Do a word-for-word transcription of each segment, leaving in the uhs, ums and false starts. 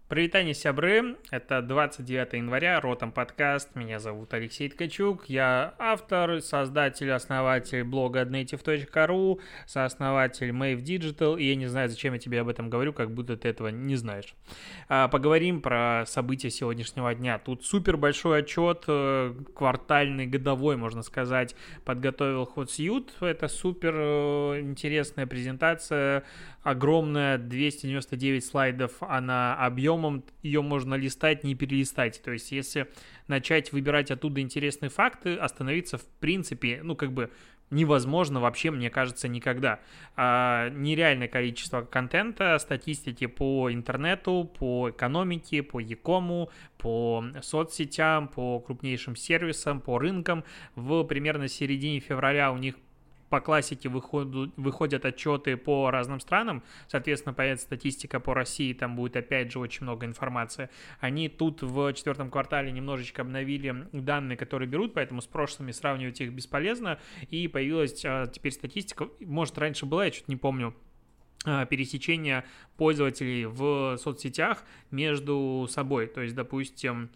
Привет, сябры, это двадцать девятое января, Ротом подкаст, меня зовут Алексей Ткачук, я автор, создатель, основатель блога native точка ру, сооснователь Mave Digital, и я не знаю, зачем я тебе об этом говорю, как будто ты этого не знаешь. А, поговорим про события сегодняшнего дня. Тут супер большой отчет, квартальный, годовой, можно сказать, подготовил Hootsuite, это супер интересная презентация, огромная, двести девяносто девять слайдов, она объемом, ее можно листать, не перелистать. То есть, если начать выбирать оттуда интересные факты, остановиться в принципе, ну, как бы невозможно вообще, мне кажется, никогда. А, нереальное количество контента, статистики по интернету, по экономике, по Якому, по соцсетям, по крупнейшим сервисам, по рынкам. В примерно середине февраля у них по классике выходят, выходят отчеты по разным странам, соответственно, появится статистика по России, там будет опять же очень много информации. Они тут в четвертом квартале немножечко обновили данные, которые берут, поэтому с прошлыми сравнивать их бесполезно, и появилась а, теперь статистика, может, раньше была, я что-то не помню, пересечения пользователей в соцсетях между собой, то есть, допустим,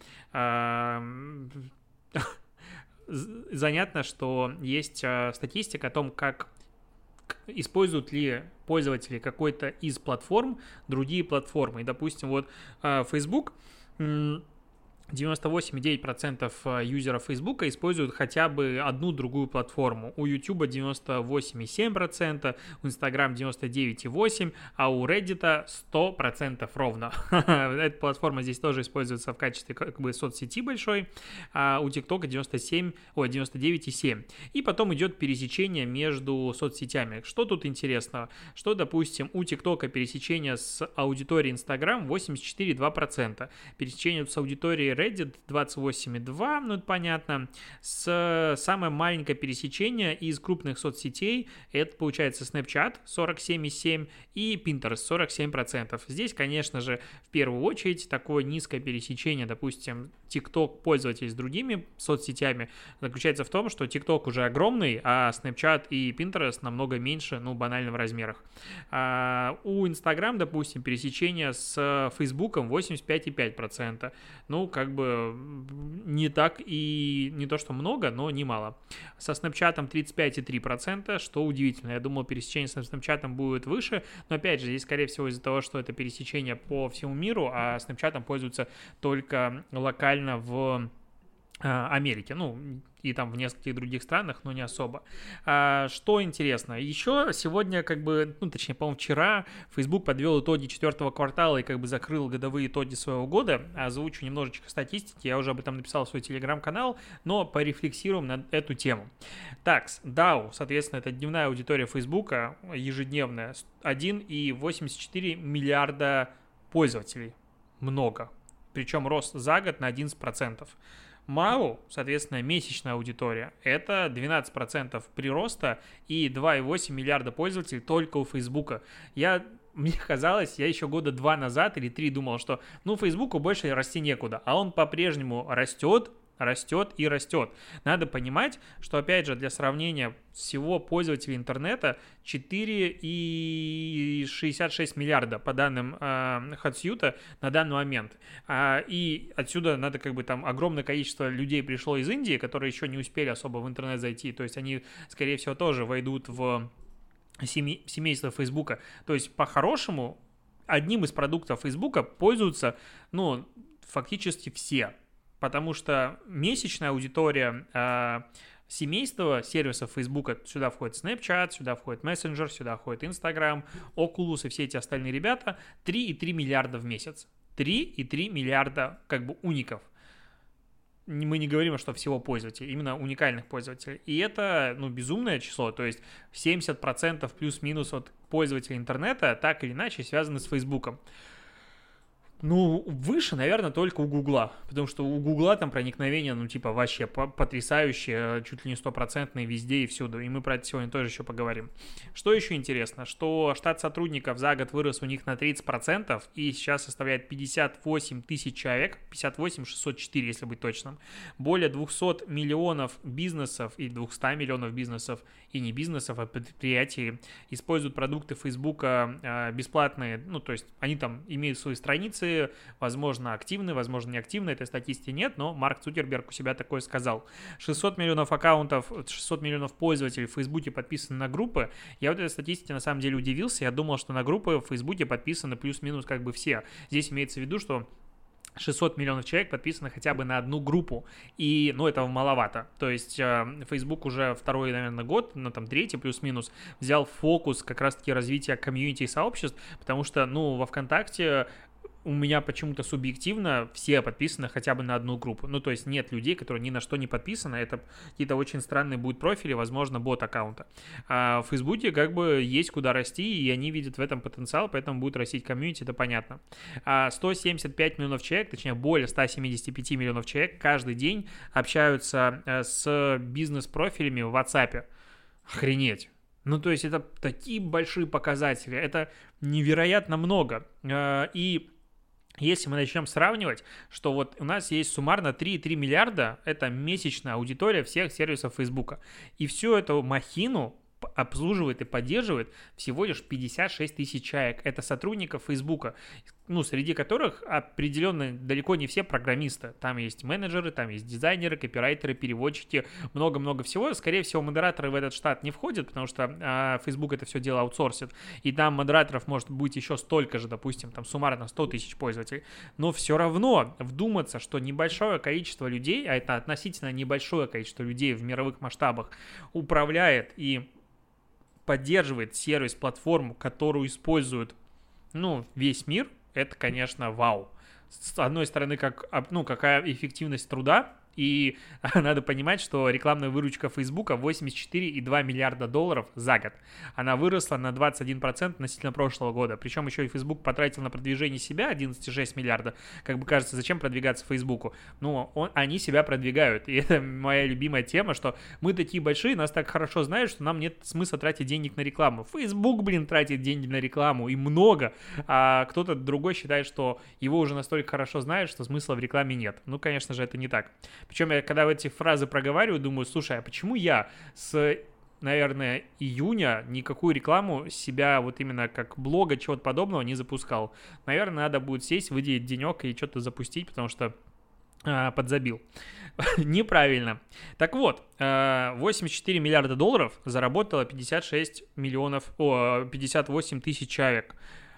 занятно, что есть статистика о том, как используют ли пользователи какой-то из платформ другие платформы. И, допустим, вот Facebook, девяносто восемь целых девять десятых процента юзеров Facebook используют хотя бы одну другую платформу. У YouTube девяносто восемь целых семь десятых процента, у Instagram девяносто девять целых восемь процента, а у Reddit сто процентов ровно. Эта платформа здесь тоже используется в качестве как бы соцсети большой, а у TikTok девяносто семь, ой, девяносто девять целых семь десятых. И потом идет пересечение между соцсетями. Что тут интересного? Что, допустим, у TikTok пересечение с аудиторией Instagram восемьдесят четыре целых два десятых процента, пересечение с аудиторией Reddit двадцать восемь целых два десятых, ну это понятно. С самое маленькое пересечение из крупных соцсетей, это получается Snapchat сорок семь целых семь десятых и Pinterest сорок семь процентов. Здесь, конечно же, в первую очередь такое низкое пересечение, допустим, TikTok пользователей с другими соцсетями заключается в том, что TikTok уже огромный, а Snapchat и Pinterest намного меньше, ну банально в размерах. А у Instagram, допустим, пересечение с Facebook восемьдесят пять целых пять десятых процента. Ну, как бы не так и не то, что много, но немало. Со Snapchat тридцать пять целых три десятых процента, что удивительно. Я думал, пересечение со Snapchat будет выше, но опять же, здесь, скорее всего, из-за того, что это пересечение по всему миру, а Snapchat пользуются только локально в Америке, ну, и там в нескольких других странах, но не особо. А, что интересно, еще сегодня, как бы, ну, точнее, по-моему, вчера Facebook подвел итоги четвертого квартала и как бы закрыл годовые итоги своего года. Озвучу немножечко статистики, я уже об этом написал в свой телеграм-канал, но порефлексируем на эту тему. Так, дау, соответственно, это дневная аудитория Facebook, ежедневная, один целых восемьдесят четыре миллиарда пользователей. Много. Причем рост за год на одиннадцать процентов. МАУ, соответственно, месячная аудитория, это двенадцать процентов прироста и два целых восемь десятых миллиарда пользователей только у Фейсбука. Я, мне казалось, я еще года два назад или три думал, что ну Фейсбуку больше расти некуда, а он по-прежнему растет, растет и растет. Надо понимать, что, опять же, для сравнения, всего пользователей интернета четыре целых шестьдесят шесть миллиарда по данным э, Hootsuite на данный момент. А, и отсюда надо как бы там огромное количество людей пришло из Индии, которые еще не успели особо в интернет зайти. То есть они, скорее всего, тоже войдут в семей, семейство Фейсбука. То есть по-хорошему одним из продуктов Фейсбука пользуются, ну, фактически все. Потому что месячная аудитория э, семейства сервисов Facebook, сюда входит Snapchat, сюда входит Messenger, сюда входит Instagram, Oculus и все эти остальные ребята, три целых три миллиарда в месяц. три целых три миллиарда как бы уников. Мы не говорим, что всего пользователей, именно уникальных пользователей. И это, ну, безумное число, то есть семьдесят процентов плюс-минус от пользователей интернета так или иначе связаны с Фейсбуком. Ну, выше, наверное, только у Гугла, потому что у Гугла там проникновение, ну, типа, вообще потрясающее, чуть ли не стопроцентное везде и всюду, и мы про это сегодня тоже еще поговорим. Что еще интересно, что штат сотрудников за год вырос у них на тридцать процентов и сейчас составляет пятьдесят восемь тысяч человек, пятьдесят восемь тысяч шестьсот четыре, если быть точным. Более двести миллионов бизнесов и двести миллионов бизнесов и не бизнесов, а предприятий используют продукты Фейсбука бесплатные, ну, то есть они там имеют свои страницы, аккаунты, возможно, активны, возможно, неактивны, этой статистики нет, но Марк Цукерберг у себя такое сказал. шестьсот миллионов аккаунтов, шестьсот миллионов пользователей в Фейсбуке подписаны на группы. Я вот этой статистике на самом деле удивился, я думал, что на группы в Фейсбуке подписаны плюс-минус как бы все. Здесь имеется в виду, что шестьсот миллионов человек подписаны хотя бы на одну группу, и, ну, этого маловато, то есть э, Facebook уже второй, наверное, год, ну, там, третий плюс-минус, взял фокус как раз-таки развития комьюнити и сообществ, потому что, ну, во ВКонтакте у меня почему-то субъективно все подписаны хотя бы на одну группу. Ну, то есть нет людей, которые ни на что не подписаны. Это какие-то очень странные будут профили, возможно, бот-аккаунта. А в Фейсбуке как бы есть куда расти, и они видят в этом потенциал, поэтому будет растить комьюнити, это понятно. А сто семьдесят пять миллионов человек, точнее, более ста семидесяти пяти миллионов человек каждый день общаются с бизнес-профилями в WhatsApp. Охренеть. Ну, то есть это такие большие показатели, это невероятно много. И если мы начнем сравнивать, что вот у нас есть суммарно три и три миллиарда, это месячная аудитория всех сервисов Фейсбука, и всю эту махину обслуживает и поддерживает всего лишь пятьдесят шесть тысяч человек. Это сотрудников Фейсбука, ну, среди которых определенно далеко не все программисты. Там есть менеджеры, там есть дизайнеры, копирайтеры, переводчики, много-много всего. Скорее всего, модераторы в этот штат не входят, потому что а, Facebook это все дело аутсорсит. И там модераторов может быть еще столько же, допустим, там суммарно сто тысяч пользователей. Но все равно вдуматься, что небольшое количество людей, а это относительно небольшое количество людей в мировых масштабах, управляет и поддерживает сервис, платформу, которую использует, ну, весь мир, это, конечно, вау. С одной стороны, как, ну, какая эффективность труда, и надо понимать, что рекламная выручка Фейсбука восемьдесят четыре и два миллиарда долларов за год. Она выросла на двадцать один процент относительно прошлого года. Причем еще и Facebook потратил на продвижение себя одиннадцать целых шесть миллиарда. Как бы кажется, зачем продвигаться Фейсбуку? Ну, он, они себя продвигают. И это моя любимая тема, что мы такие большие, нас так хорошо знают, что нам нет смысла тратить денег на рекламу. Facebook, блин, тратит деньги на рекламу, и много. А кто-то другой считает, что его уже настолько хорошо знают, что смысла в рекламе нет. Ну, конечно же, это не так. Причем я, когда эти фразы проговариваю, думаю, слушай, а почему я с, наверное, июня никакую рекламу себя вот именно как блога, чего-то подобного не запускал? Наверное, надо будет сесть, выделить денек и что-то запустить, потому что а, подзабил. Неправильно. Так вот, восемьдесят четыре миллиарда долларов заработало пятьдесят шесть миллионов, о, пятьдесят восемь тысяч человек.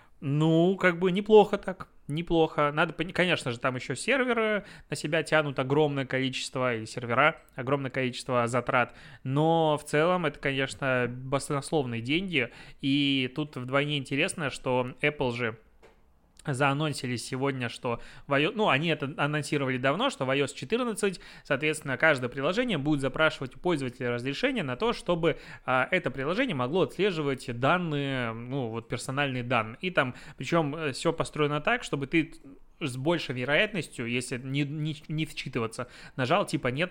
Ну, как бы неплохо так, неплохо. Надо, конечно же, там еще серверы на себя тянут огромное количество, и сервера огромное количество затрат, но в целом это, конечно, баснословные деньги, и тут вдвойне интересно, что Apple же заанонсили сегодня, что в iOS, ну, они это анонсировали давно, что в ай о эс четырнадцать, соответственно, каждое приложение будет запрашивать у пользователя разрешение на то, чтобы а, это приложение могло отслеживать данные, ну, вот персональные данные. И там, причем все построено так, чтобы ты с большей вероятностью, если не, не, не вчитываться, нажал типа нет,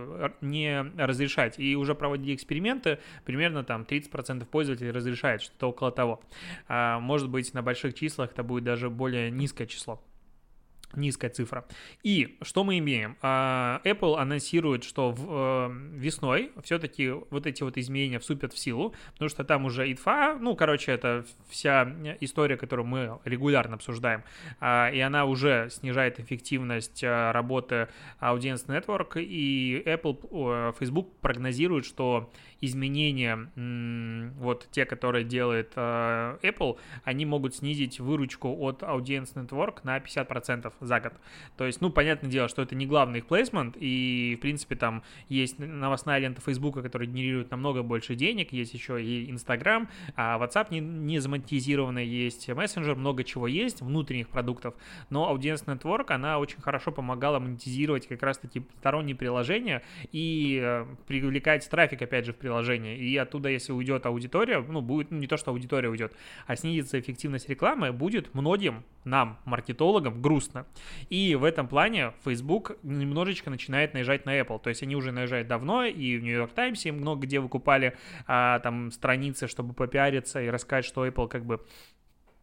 не разрешать. И уже проводили эксперименты, примерно там тридцать процентов пользователей разрешает, что-то около того. А, может быть, на больших числах это будет даже более низкое число. Низкая цифра. И что мы имеем? Apple анонсирует, что в, весной все-таки вот эти вот изменения вступят в силу, потому что там уже ай ди эф эй, ну, короче, это вся история, которую мы регулярно обсуждаем, и она уже снижает эффективность работы Audience Network, и Apple, Facebook прогнозирует, что изменения, вот те, которые делает Apple, они могут снизить выручку от Audience Network на пятьдесят процентов за год. То есть, ну, понятное дело, что это не главный их плейсмент, и, в принципе, там есть новостная лента Фейсбука, которая генерирует намного больше денег, есть еще и Инстаграм, а WhatsApp не, не замонетизированный, есть мессенджер, много чего есть, внутренних продуктов, но Audience Network, она очень хорошо помогала монетизировать как раз-таки сторонние приложения и э, привлекать трафик, опять же, в приложение, и оттуда, если уйдет аудитория, ну, будет, ну, не то, что аудитория уйдет, а снизится эффективность рекламы, будет многим нам, маркетологам, грустно. И в этом плане Facebook немножечко начинает наезжать на Apple. То есть они уже наезжают давно, и в New York Times им много где выкупали а, там страницы, чтобы попиариться и рассказать, что Apple как бы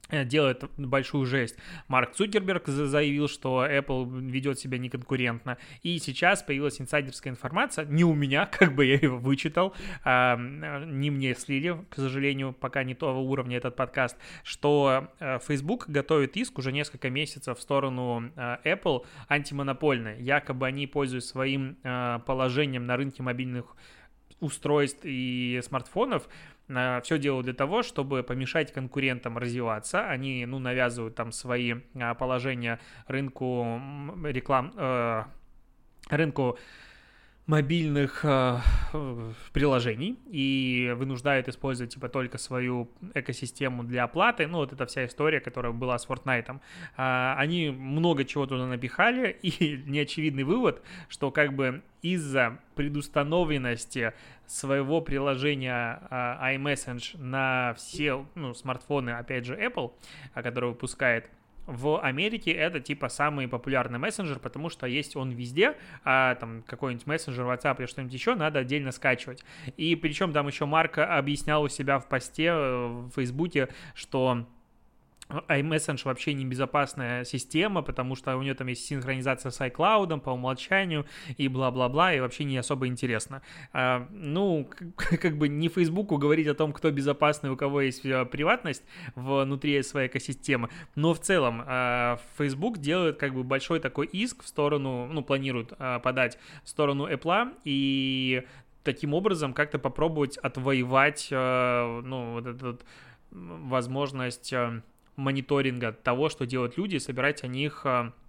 делает большую жесть. Марк Цукерберг заявил, что Apple ведет себя неконкурентно. И сейчас появилась инсайдерская информация, не у меня, как бы я его вычитал, а, не мне слили, к сожалению, пока не того уровня этот подкаст, что Facebook готовит иск уже несколько месяцев в сторону Apple антимонопольный. Якобы они, пользуясь своим положением на рынке мобильных устройств и смартфонов, все делают для того, чтобы помешать конкурентам развиваться. Они, ну, навязывают там свои положения рынку реклам, э, рынку мобильных э, приложений и вынуждают использовать типа только свою экосистему для оплаты. Ну, вот эта вся история, которая была с Fortnite. Э, они много чего туда напихали, и неочевидный вывод, что как бы из-за предустановленности своего приложения э, iMessage на все, ну, смартфоны, опять же, Apple, который выпускает, в Америке это типа самый популярный мессенджер, потому что есть он везде, а там какой-нибудь мессенджер, WhatsApp или что-нибудь еще надо отдельно скачивать. И причем там еще Марк объяснял у себя в посте в Фейсбуке, что iMessage вообще не безопасная система, потому что у нее там есть синхронизация с iCloud по умолчанию и бла-бла-бла, и вообще не особо интересно. А, ну, как, как бы не Фейсбуку говорить о том, кто безопасный, у кого есть приватность внутри своей экосистемы, но в целом а, Facebook делает как бы большой такой иск в сторону, ну, планирует а, подать в сторону Apple, и таким образом как-то попробовать отвоевать, а, ну, вот эту вот возможность мониторинга того, что делают люди, собирать о них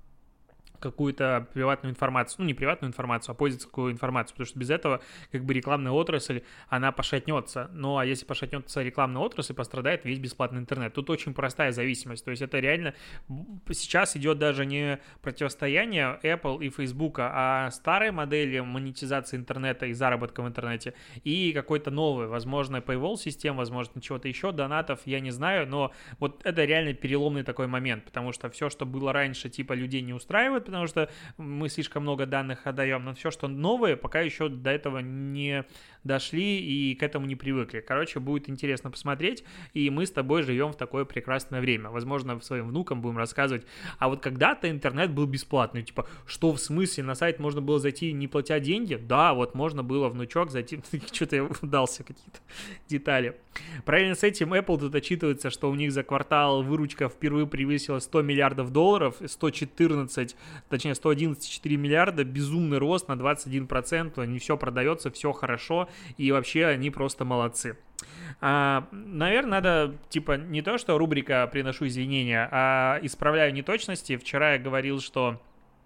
какую-то приватную информацию, ну, не приватную информацию, а пользовательскую информацию, потому что без этого как бы рекламная отрасль, она пошатнется. Ну, а если пошатнется рекламная отрасль, пострадает весь бесплатный интернет. Тут очень простая зависимость, то есть это реально сейчас идет даже не противостояние Apple и Facebook, а старой модели монетизации интернета и заработка в интернете и какой-то новый, возможно, paywall систем, возможно, чего-то еще, донатов, я не знаю, но вот это реально переломный такой момент, потому что все, что было раньше, типа, людей не устраивает, потому что мы слишком много данных отдаем, но все, что новое, пока еще до этого не дошли и к этому не привыкли. Короче, будет интересно посмотреть, и мы с тобой живем в такое прекрасное время. Возможно, своим внукам будем рассказывать, а вот когда-то интернет был бесплатный, типа, что в смысле, на сайт можно было зайти, не платя деньги? Да, вот можно было, внучок, зайти, что-то я удался, какие-то детали. Параллельно с этим Apple тут отчитывается, что у них за квартал выручка впервые превысила сто миллиардов долларов, сто четырнадцать, точнее сто одиннадцать целых четыре миллиарда, безумный рост на двадцать один процент, не все продается, все хорошо, и вообще они просто молодцы. А, наверное, надо, типа, не то, что рубрика «Приношу извинения», а исправляю неточности. Вчера я говорил, что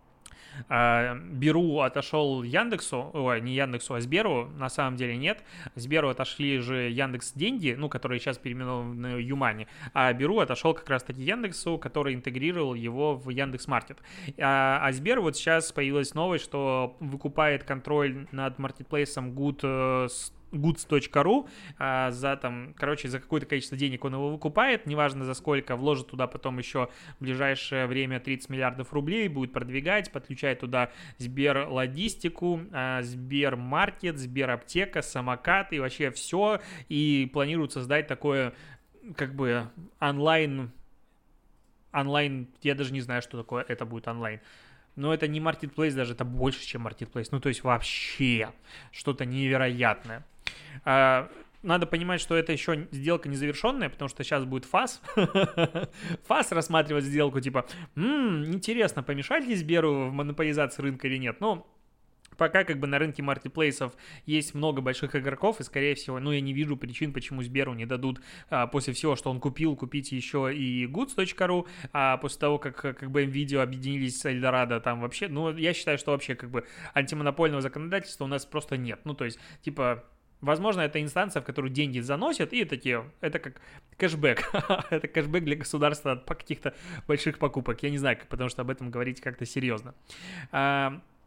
Беру отошел Яндексу, ой, не Яндексу, а Сберу, на самом деле нет. Сберу отошли же Яндекс деньги, ну, которые сейчас переименованы Юмани, а Беру отошел как раз-таки Яндексу, который интегрировал его в Яндекс.Маркет. А, а Сбер вот сейчас появилась новость, что выкупает контроль над маркетплейсом Good goods точка ру а, за там, короче, за какое-то количество денег он его выкупает, неважно за сколько, вложит туда потом еще в ближайшее время тридцать миллиардов рублей, будет продвигать, подключает туда Сбер логистику, а, Сбер маркет, Сбер аптека, самокат и вообще все, и планирует создать такое, как бы, онлайн, онлайн, я даже не знаю, что такое это будет онлайн. Но это не маркетплейс даже, это больше, чем маркетплейс. Ну, то есть вообще что-то невероятное. Надо понимать, что это еще сделка незавершенная, потому что сейчас будет ФАС. ФАС рассматривать сделку, типа, м-м, интересно, помешать ли Сберу в монополизации рынка или нет. Ну, пока как бы на рынке маркетплейсов есть много больших игроков, и, скорее всего, ну, я не вижу причин, почему Сберу не дадут а, после всего, что он купил, купить еще и goods точка ру, а после того, как как бы МВидео объединились с Эльдорадо, там вообще, ну, я считаю, что вообще как бы антимонопольного законодательства у нас просто нет. Ну, то есть, типа, возможно, это инстанция, в которую деньги заносят, и такие, это как кэшбэк. Это кэшбэк для государства от каких-то больших покупок. Я не знаю, потому что об этом говорить как-то серьезно.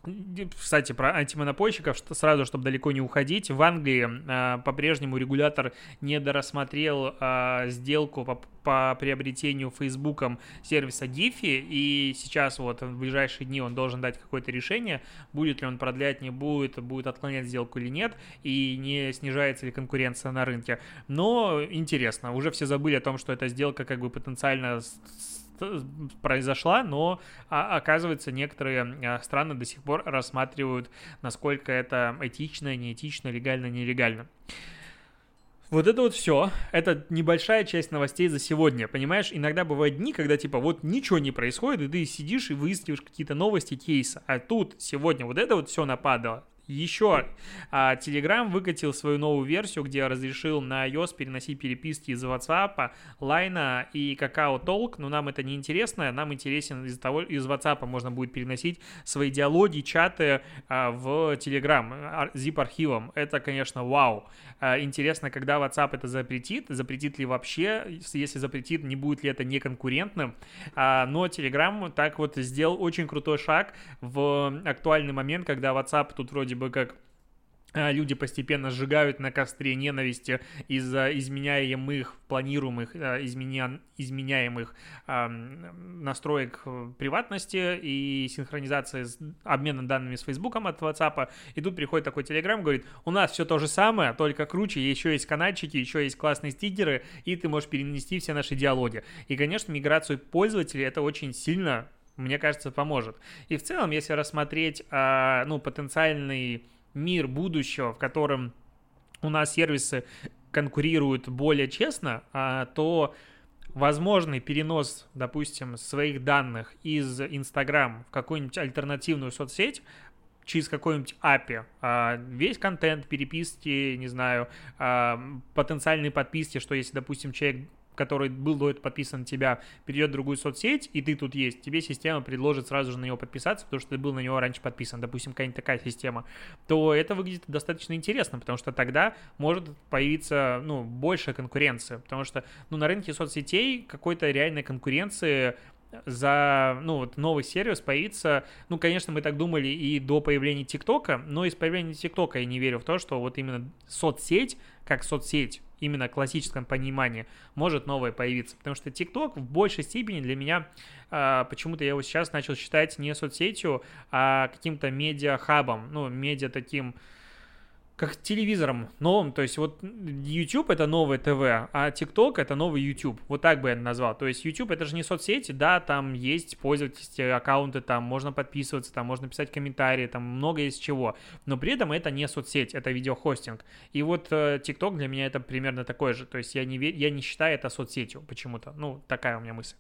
Кстати, про антимонопольщиков, что сразу, чтобы далеко не уходить, в Англии а, по-прежнему регулятор не дорассмотрел а, сделку по, по приобретению Фейсбуком сервиса Giphy, и сейчас вот в ближайшие дни он должен дать какое-то решение, будет ли он продлять, не будет, будет отклонять сделку или нет, и не снижается ли конкуренция на рынке. Но интересно, уже все забыли о том, что эта сделка как бы потенциально произошла, но а, оказывается, некоторые а, страны до сих пор рассматривают, насколько это этично, неэтично, легально, нелегально. Вот это вот все. Это небольшая часть новостей за сегодня. Понимаешь, иногда бывают дни, когда типа вот ничего не происходит, и ты сидишь и выискиваешь какие-то новости кейса. А тут сегодня вот это вот все нападало. Еще а, Telegram выкатил свою новую версию, где разрешил на iOS переносить переписки из WhatsApp, Line и Kakao Talk, но нам это не интересно, нам интересен из того, из WhatsApp можно будет переносить свои диалоги, чаты а, в Telegram zip-архивом. Это, конечно, вау. А, интересно, когда WhatsApp это запретит, запретит ли вообще, если запретит, не будет ли это неконкурентным, а, но Telegram так вот сделал очень крутой шаг в актуальный момент, когда WhatsApp тут вроде бы как люди постепенно сжигают на костре ненависти из-за изменяемых, планируемых, изменя... изменяемых э, настроек приватности и синхронизации с обменом данными с Фейсбуком от WhatsApp. И тут приходит такой Telegram, говорит, у нас все то же самое, только круче, еще есть канальчики, еще есть классные стикеры, и ты можешь перенести все наши диалоги. И, конечно, миграцию пользователей это очень сильно, мне кажется, поможет. И в целом, если рассмотреть э, ну, потенциальный мир будущего, в котором у нас сервисы конкурируют более честно, а, то возможный перенос, допустим, своих данных из Instagram в какую-нибудь альтернативную соцсеть через какой-нибудь эй пи ай, а, весь контент, переписки, не знаю, а, потенциальные подписки, что если, допустим, человек, который был до этого подписан на тебя, перейдет в другую соцсеть, и ты тут есть, тебе система предложит сразу же на него подписаться, потому что ты был на него раньше подписан, допустим, какая-нибудь такая система, то это выглядит достаточно интересно, потому что тогда может появиться, ну, большая конкуренция, потому что, ну, на рынке соцсетей какой-то реальной конкуренции за, ну, вот новый сервис появится, ну, конечно, мы так думали и до появления ТикТока, но из появления ТикТока я не верю в то, что вот именно соцсеть, как соцсеть, именно в классическом понимании, может новое появиться, потому что ТикТок в большей степени для меня, а, почему-то я его сейчас начал считать не соцсетью, а каким-то медиа-хабом, ну, медиа таким, как телевизором новым, то есть вот YouTube это новое ТВ, а TikTok это новый YouTube, вот так бы я назвал, то есть YouTube это же не соцсети, да, там есть пользовательские аккаунты, там можно подписываться, там можно писать комментарии, там много есть чего, но при этом это не соцсеть, это видеохостинг, и вот э, TikTok для меня это примерно такое же, то есть я не, я не считаю это соцсетью почему-то, ну, такая у меня мысль.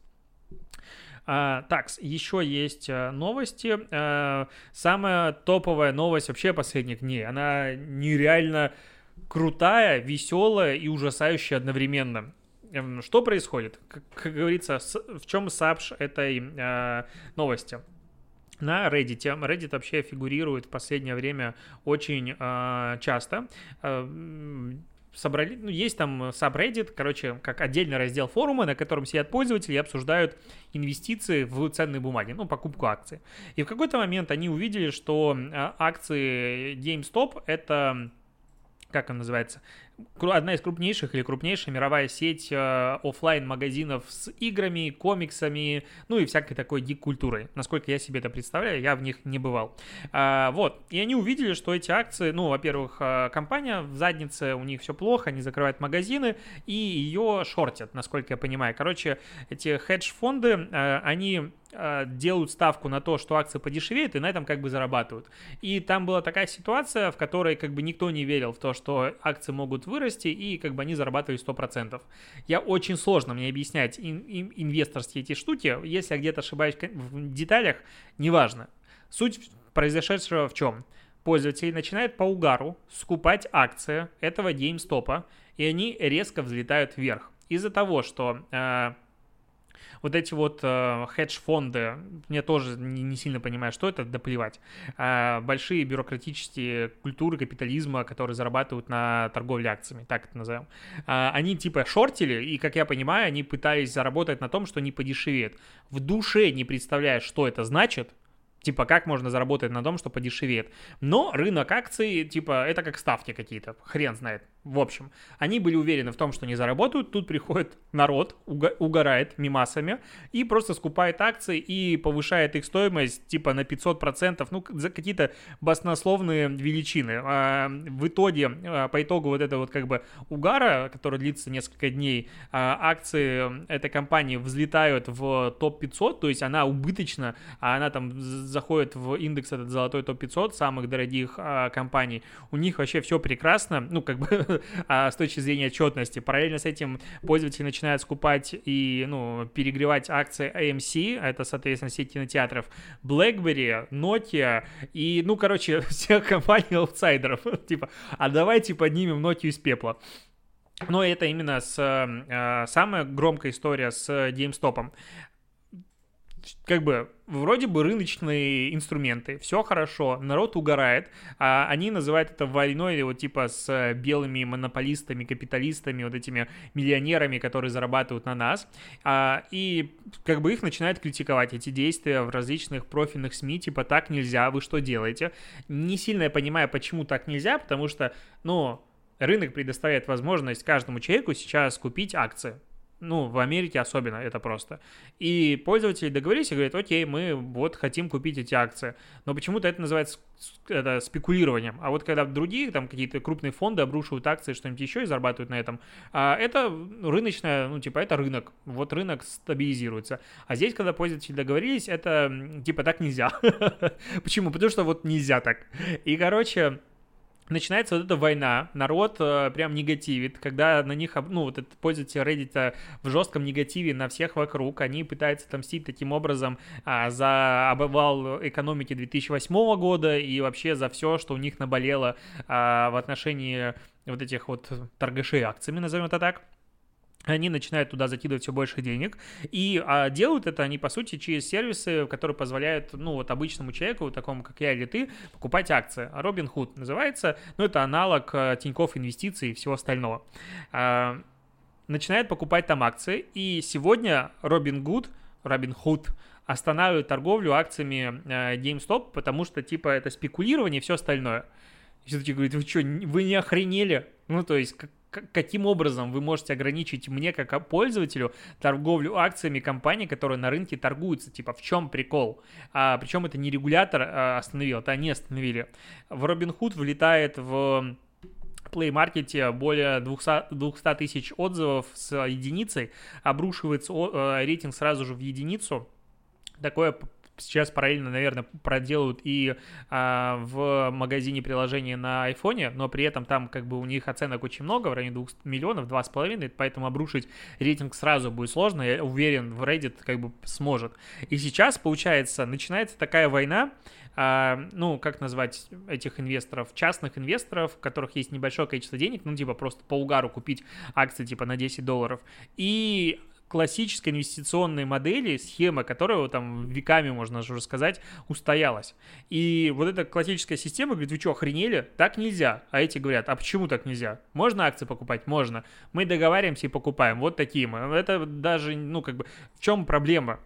А, так, еще есть а, новости. А, самая топовая новость вообще последних дней. Она нереально крутая, веселая и ужасающая одновременно. Что происходит? Как, как говорится, с, в чем сапж этой а, новости? На Reddit. Reddit вообще фигурирует в последнее время очень а, часто. А, Собрали, ну, есть там subreddit, короче, как отдельный раздел форума, на котором сидят пользователи и обсуждают инвестиции в ценные бумаги, ну, покупку акций. И в какой-то момент они увидели, что акции GameStop — это, как он называется, одна из крупнейших или крупнейшая мировая сеть э, офлайн-магазинов с играми, комиксами, ну и всякой такой гик-культурой. Насколько я себе это представляю, я в них не бывал. А, вот, и они увидели, что эти акции, ну, во-первых, компания в заднице, у них все плохо, они закрывают магазины и ее шортят, насколько я понимаю. Короче, эти хедж-фонды, э, они делают ставку на то, что акции подешевеют, и на этом как бы зарабатывают. И там была такая ситуация, в которой как бы никто не верил в то, что акции могут вырасти, и как бы они зарабатывали сто процентов. Я очень сложно мне объяснять ин- ин- инвесторские эти штуки, если я где-то ошибаюсь в деталях, неважно. Суть произошедшего в чем? Пользователи начинают по угару скупать акции этого GameStop, и они резко взлетают вверх. Из-за того, что э, вот эти вот э, хедж-фонды, я тоже не, не сильно понимаю, что это, да плевать, э, большие бюрократические культуры капитализма, которые зарабатывают на торговле акциями, так это назовем, э, они типа шортили, и, как я понимаю, они пытались заработать на том, что они подешевеют. В душе не представляя, что это значит, Типа, как можно заработать на том, что подешевеет. Но рынок акций, типа, это как ставки какие-то. Хрен знает. В общем, они были уверены в том, что не заработают. Тут приходит народ, уго- угорает мимасами и просто скупает акции и повышает их стоимость, типа, на пятьсот процентов. Ну, за какие-то баснословные величины. А, в итоге, а, по итогу вот этого вот как бы угара, который длится несколько дней, а, акции этой компании взлетают в топ пятьсот, то есть она убыточна, а она там заходит в индекс этот золотой топ пятьсот самых дорогих а, компаний, у них вообще все прекрасно, ну, как бы а, с точки зрения отчетности. Параллельно с этим пользователи начинают скупать и, ну, перегревать акции эй эм си, это, соответственно, сеть кинотеатров, BlackBerry, Nokia и, ну, короче, всех компаний-аутсайдеров. Типа, а давайте поднимем Nokia из пепла. Но это именно с, э, самая громкая история с GameStop. Как бы, вроде бы рыночные инструменты, все хорошо, народ угорает, а они называют это войной вот типа с белыми монополистами, капиталистами, вот этими миллионерами, которые зарабатывают на нас, а, и как бы их начинают критиковать, эти действия в различных профильных СМИ, типа так нельзя, вы что делаете? Не сильно я понимаю, почему так нельзя, потому что, ну, рынок предоставляет возможность каждому человеку сейчас купить акции. Ну, в Америке особенно это просто. И пользователи договорились и говорят, окей, мы вот хотим купить эти акции. Но почему-то это называется это, спекулированием. А вот когда другие там какие-то крупные фонды обрушивают акции, что-нибудь еще и зарабатывают на этом, а это рыночная, ну, типа, это рынок. Вот рынок стабилизируется. А здесь, когда пользователи договорились, это, типа, так нельзя. Почему? Потому что вот нельзя так. И, короче... Начинается вот эта война, народ э, прям негативит, когда на них, ну, вот этот пользователь Reddit в жестком негативе на всех вокруг, они пытаются отомстить таким образом а, за обвал экономики две тысячи восьмого года и вообще за все, что у них наболело а, в отношении вот этих вот торгашей акциями, назовем это так. Они начинают туда закидывать все больше денег, и а, делают это они, по сути, через сервисы, которые позволяют, ну, вот обычному человеку, такому, как я или ты, покупать акции. Robinhood называется, ну, это аналог а, Тинькофф Инвестиций и всего остального. А, начинают покупать там акции, и сегодня Robinhood, Robinhood останавливает торговлю акциями а, GameStop, потому что, типа, это спекулирование и все остальное. И все-таки говорят, вы что, вы не охренели? Ну, то есть, как каким образом вы можете ограничить мне, как пользователю, торговлю акциями компаний, которые на рынке торгуются? Типа, в чем прикол? А, причем это не регулятор а, остановил, это они остановили. В Robinhood влетает в Play Market более двести тысяч отзывов с единицей, обрушивается о, рейтинг сразу же в единицу. Такое сейчас параллельно, наверное, проделают и а, в магазине приложения на айфоне, но при этом там как бы у них оценок очень много, в районе двух миллионов, два с половиной, поэтому обрушить рейтинг сразу будет сложно, я уверен, в Reddit как бы сможет. И сейчас, получается, начинается такая война, а, ну, как назвать этих инвесторов, частных инвесторов, у которых есть небольшое количество денег, ну, типа просто по угару купить акции типа на десять долларов, и классической инвестиционной модели, схема, которая там веками, можно уже сказать, устоялась. И вот эта классическая система говорит, вы что, охренели? Так нельзя. А эти говорят, а почему так нельзя? Можно акции покупать? Можно. Мы договариваемся и покупаем. Вот такие мы. Это даже, ну, как бы, в чем проблема?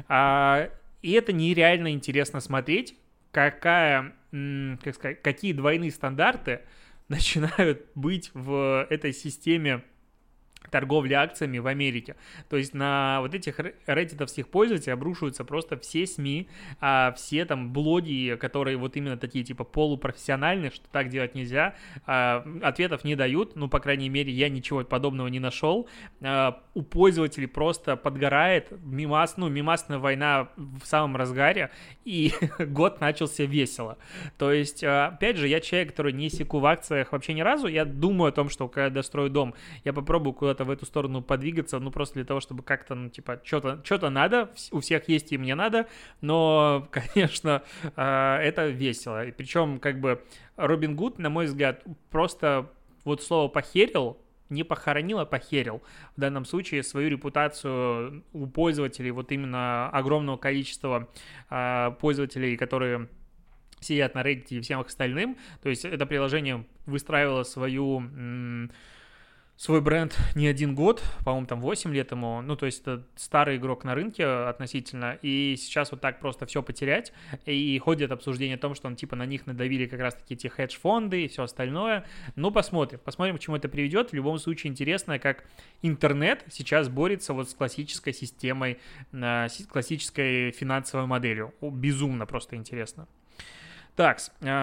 А, и это нереально интересно смотреть, какая, как сказать, какие двойные стандарты начинают быть в этой системе торговли акциями в Америке. То есть на вот этих реддитовских пользователей обрушиваются просто все СМИ, а все там блоги, которые вот именно такие типа полупрофессиональные, что так делать нельзя, а, ответов не дают, ну, по крайней мере, я ничего подобного не нашел. А, у пользователей просто подгорает, мимас, ну, мимасная война в самом разгаре, и год начался весело. То есть, опять же, я человек, который не секу в акциях вообще ни разу, я думаю о том, что когда дострою дом, я попробую куда-то в эту сторону подвигаться, ну, просто для того, чтобы как-то, ну, типа, что-то, что-то надо, у всех есть и мне надо, но, конечно, это весело. И причем, как бы, Robinhood, на мой взгляд, просто вот слово «похерил», не похоронил, а похерил в данном случае свою репутацию у пользователей, вот именно огромного количества пользователей, которые сидят на Reddit и всем остальным. То есть это приложение выстраивало свою... свой бренд не один год, по-моему, там восемь лет ему, ну, то есть это старый игрок на рынке относительно, и сейчас вот так просто все потерять, и ходят обсуждения о том, что он, типа, на них надавили как раз-таки эти хедж-фонды и все остальное. Ну, посмотрим, посмотрим, к чему это приведет. В любом случае интересно, как интернет сейчас борется вот с классической системой, с классической финансовой моделью. Безумно просто интересно. Так,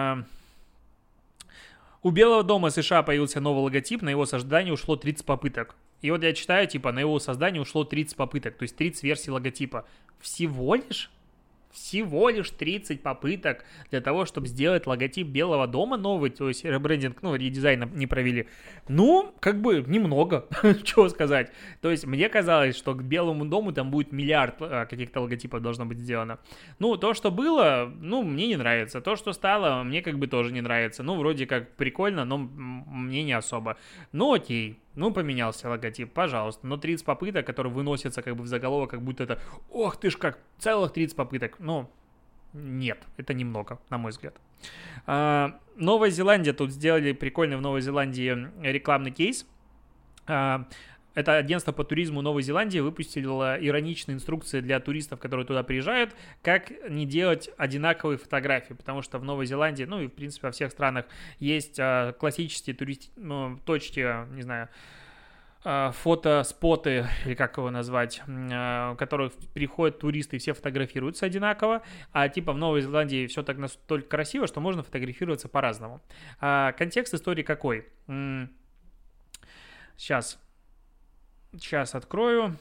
у Белого дома США появился новый логотип, на его создание ушло тридцать попыток. И вот я читаю, типа, на его создание ушло тридцать попыток, то есть тридцать версий логотипа. Всего лишь? Всего лишь тридцать попыток для того, чтобы сделать логотип Белого дома новый, то есть ребрендинг, ну, редизайн не провели. Ну, как бы немного, чего сказать. То есть мне казалось, что к Белому дому там будет миллиард каких-то логотипов должно быть сделано. Ну, то, что было, ну, мне не нравится. То, что стало, мне как бы тоже не нравится. Ну, вроде как прикольно, но мне не особо. Ну, окей. Ну, поменялся логотип, пожалуйста. Но тридцать попыток, которые выносятся как бы в заголовок, как будто это, ох ты ж как, целых тридцать попыток. Ну, нет, это немного, на мой взгляд. А, Новая Зеландия, тут сделали прикольный в Новой Зеландии рекламный кейс. А, Это агентство по туризму Новой Зеландии выпустило ироничные инструкции для туристов, которые туда приезжают, как не делать одинаковые фотографии, потому что в Новой Зеландии, ну и в принципе во всех странах есть а, классические туристи... ну, точки, не знаю, а, фотоспоты, или как его назвать, а, в которых приходят туристы и все фотографируются одинаково, а типа в Новой Зеландии все так настолько красиво, что можно фотографироваться по-разному. А, контекст истории какой? М- Сейчас... Сейчас открою.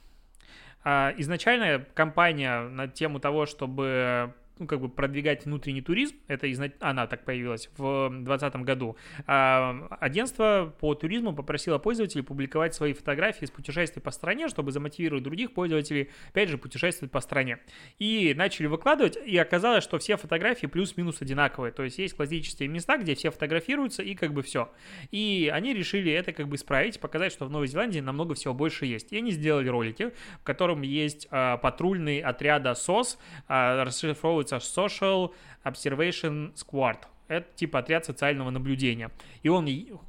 Изначально кампания на тему того, чтобы, ну, как бы продвигать внутренний туризм, это изна... она так появилась в двадцатом году, агентство по туризму попросило пользователей публиковать свои фотографии с путешествий по стране, чтобы замотивировать других пользователей, опять же, путешествовать по стране. И начали выкладывать, и оказалось, что все фотографии плюс-минус одинаковые, то есть есть классические места, где все фотографируются, и как бы все. И они решили это как бы исправить, показать, что в Новой Зеландии намного всего больше есть. И они сделали ролики, в котором есть а, патрульный отряда СОС, а, расшифровывается Social Observation Squad. Это типа отряд социального наблюдения. И он,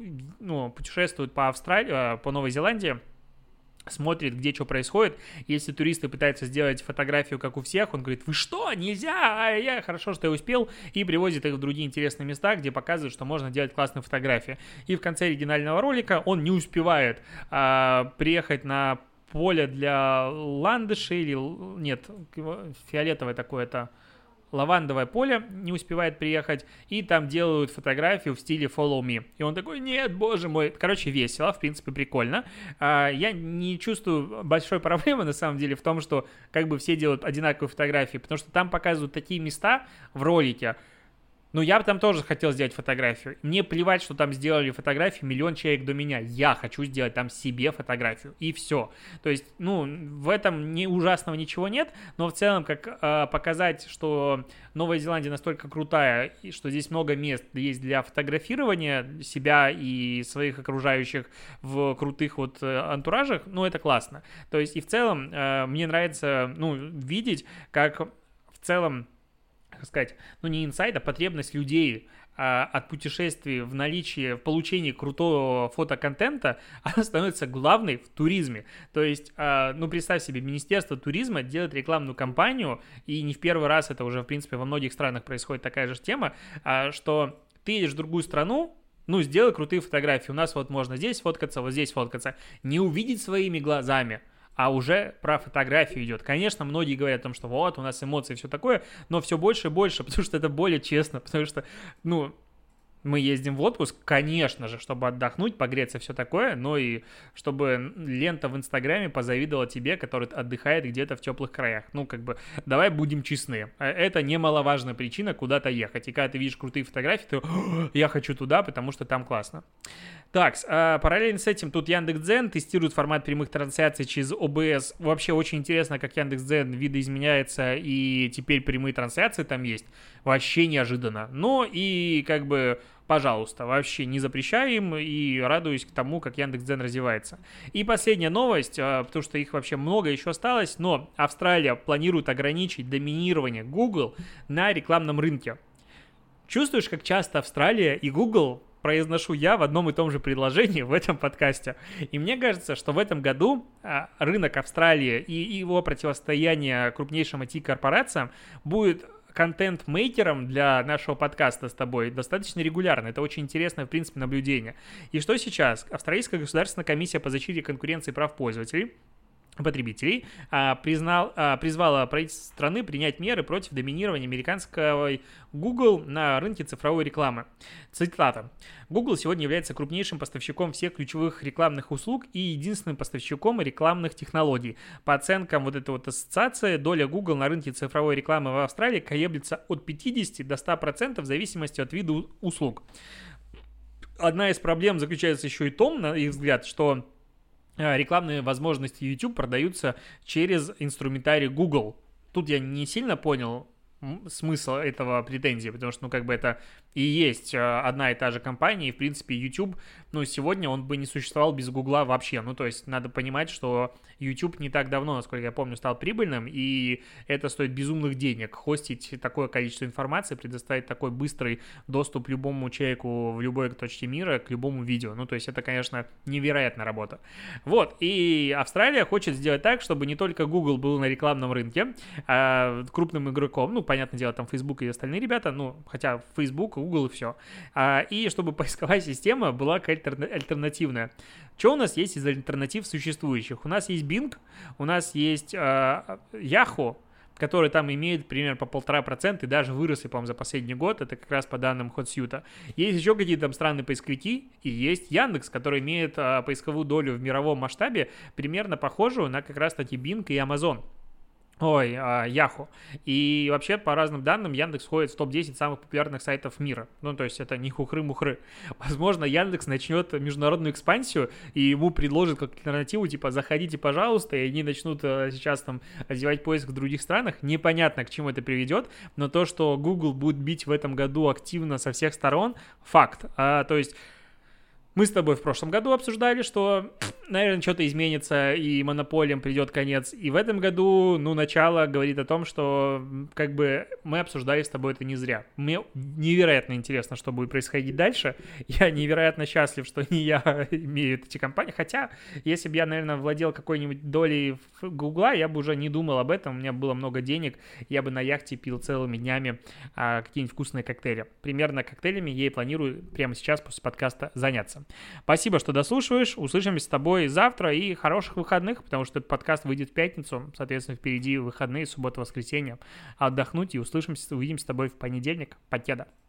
ну, путешествует по Австралии, по Новой Зеландии, смотрит, где что происходит. Если туристы пытаются сделать фотографию, как у всех, он говорит, вы что, нельзя, а я хорошо, что я успел, и привозит их в другие интересные места, где показывают, что можно делать классные фотографии. И в конце оригинального ролика он не успевает а, приехать на поле для ландышей, или, нет, фиолетовое такое-то, лавандовое поле, не успевает приехать, и там делают фотографию в стиле follow me. И он такой, нет, боже мой. Короче, весело, в принципе, прикольно. А, я не чувствую большой проблемы, на самом деле, в том, что как бы все делают одинаковые фотографии, потому что там показывают такие места в ролике. Ну, я бы там тоже хотел сделать фотографию. Мне плевать, что там сделали фотографии миллион человек до меня. Я хочу сделать там себе фотографию. И все. То есть, ну, в этом не ужасного ничего нет, но в целом, как э, показать, что Новая Зеландия настолько крутая, и что здесь много мест есть для фотографирования себя и своих окружающих в крутых вот э, антуражах, ну, это классно. То есть, и в целом, э, мне нравится, ну, видеть, как в целом, как сказать, ну не инсайд, а потребность людей а, от путешествий в наличии, в получении крутого фотоконтента, она становится главной в туризме. То есть, а, ну представь себе, Министерство туризма делает рекламную кампанию, и не в первый раз это уже, в принципе, во многих странах происходит такая же тема, а, что ты едешь в другую страну, ну, сделай крутые фотографии, у нас вот можно здесь фоткаться, вот здесь фоткаться, не увидеть своими глазами, а уже про фотографию идет. Конечно, многие говорят о том, что вот, у нас эмоции и все такое, но все больше и больше, потому что это более честно, потому что, ну, мы ездим в отпуск, конечно же, чтобы отдохнуть, погреться, все такое, но и чтобы лента в Инстаграме позавидовала тебе, который отдыхает где-то в теплых краях. Ну, как бы, давай будем честны. Это немаловажная причина куда-то ехать. И когда ты видишь крутые фотографии, ты я хочу туда, потому что там классно. Так, параллельно с этим тут Яндекс.Дзен тестирует формат прямых трансляций через о бэ эс. Вообще очень интересно, как Яндекс.Дзен видоизменяется, и теперь прямые трансляции там есть. Вообще неожиданно. Но и как бы... Пожалуйста, вообще не запрещаем и радуюсь к тому, как Яндекс.Дзен развивается. И последняя новость, потому что их вообще много еще осталось, но Австралия планирует ограничить доминирование Google на рекламном рынке. Чувствуешь, как часто Австралия и Google произношу я в одном и том же предложении в этом подкасте. И мне кажется, что в этом году рынок Австралии и его противостояние крупнейшим ай ти-корпорациям будет контент-мейкером для нашего подкаста с тобой достаточно регулярно. Это очень интересное, в принципе, наблюдение. И что сейчас? Австралийская государственная комиссия по защите конкуренции и прав пользователей потребителей а, признал, а, призвала правительство страны принять меры против доминирования американской Google на рынке цифровой рекламы. Цитата. Google сегодня является крупнейшим поставщиком всех ключевых рекламных услуг и единственным поставщиком рекламных технологий. По оценкам вот этой вот ассоциации, доля Google на рынке цифровой рекламы в Австралии колеблется от пятидесяти до ста процентов в зависимости от вида услуг. Одна из проблем заключается еще и в том, на их взгляд, что рекламные возможности YouTube продаются через инструментарий Google. Тут я не сильно понял смысл этого претензии, потому что, ну, как бы это и есть одна и та же компания, и, в принципе, YouTube, ну, сегодня он бы не существовал без Гугла вообще, ну, то есть надо понимать, что YouTube не так давно, насколько я помню, стал прибыльным, и это стоит безумных денег, хостить такое количество информации, предоставить такой быстрый доступ любому человеку в любой точке мира к любому видео, ну, то есть это, конечно, невероятная работа. Вот, и Австралия хочет сделать так, чтобы не только Google был на рекламном рынке, а крупным игроком, ну, понятное дело, там Facebook и остальные ребята, ну, хотя Facebook, Google и все. А, и чтобы поисковая система была какая-то альтернативная. Что у нас есть из альтернатив существующих? У нас есть Bing, у нас есть а, Yahoo, который там имеет примерно по полтора процента и даже вырос, по-моему, за последний год. Это как раз по данным Hootsuite. Есть еще какие-то там странные поисковики, и есть Яндекс, который имеет а, поисковую долю в мировом масштабе, примерно похожую на как раз-таки Bing и Amazon. Ой, Yahoo. И вообще, по разным данным, Яндекс входит в топ десять самых популярных сайтов мира. Ну, то есть это не хухры-мухры. Возможно, Яндекс начнет международную экспансию, и ему предложат как альтернативу, типа, заходите, пожалуйста, и они начнут сейчас там развивать поиск в других странах. Непонятно, к чему это приведет, но то, что Google будет бить в этом году активно со всех сторон, факт. А, то есть мы с тобой в прошлом году обсуждали, что, наверное, что-то изменится и монополиям придет конец. И в этом году, ну, начало говорит о том, что как бы мы обсуждали с тобой это не зря. Мне невероятно интересно, что будет происходить дальше. Я невероятно счастлив, что не я имею эти компании. Хотя, если бы я, наверное, владел какой-нибудь долей Гугла, я бы уже не думал об этом. У меня было много денег, я бы на яхте пил целыми днями а, какие-нибудь вкусные коктейли. Примерно коктейлями я и планирую прямо сейчас после подкаста заняться. Спасибо, что дослушиваешь. Услышимся с тобой завтра и хороших выходных, потому что этот подкаст выйдет в пятницу. Соответственно, впереди выходные, суббота, воскресенье. Отдохнуть и услышимся, увидимся с тобой в понедельник. Покеда.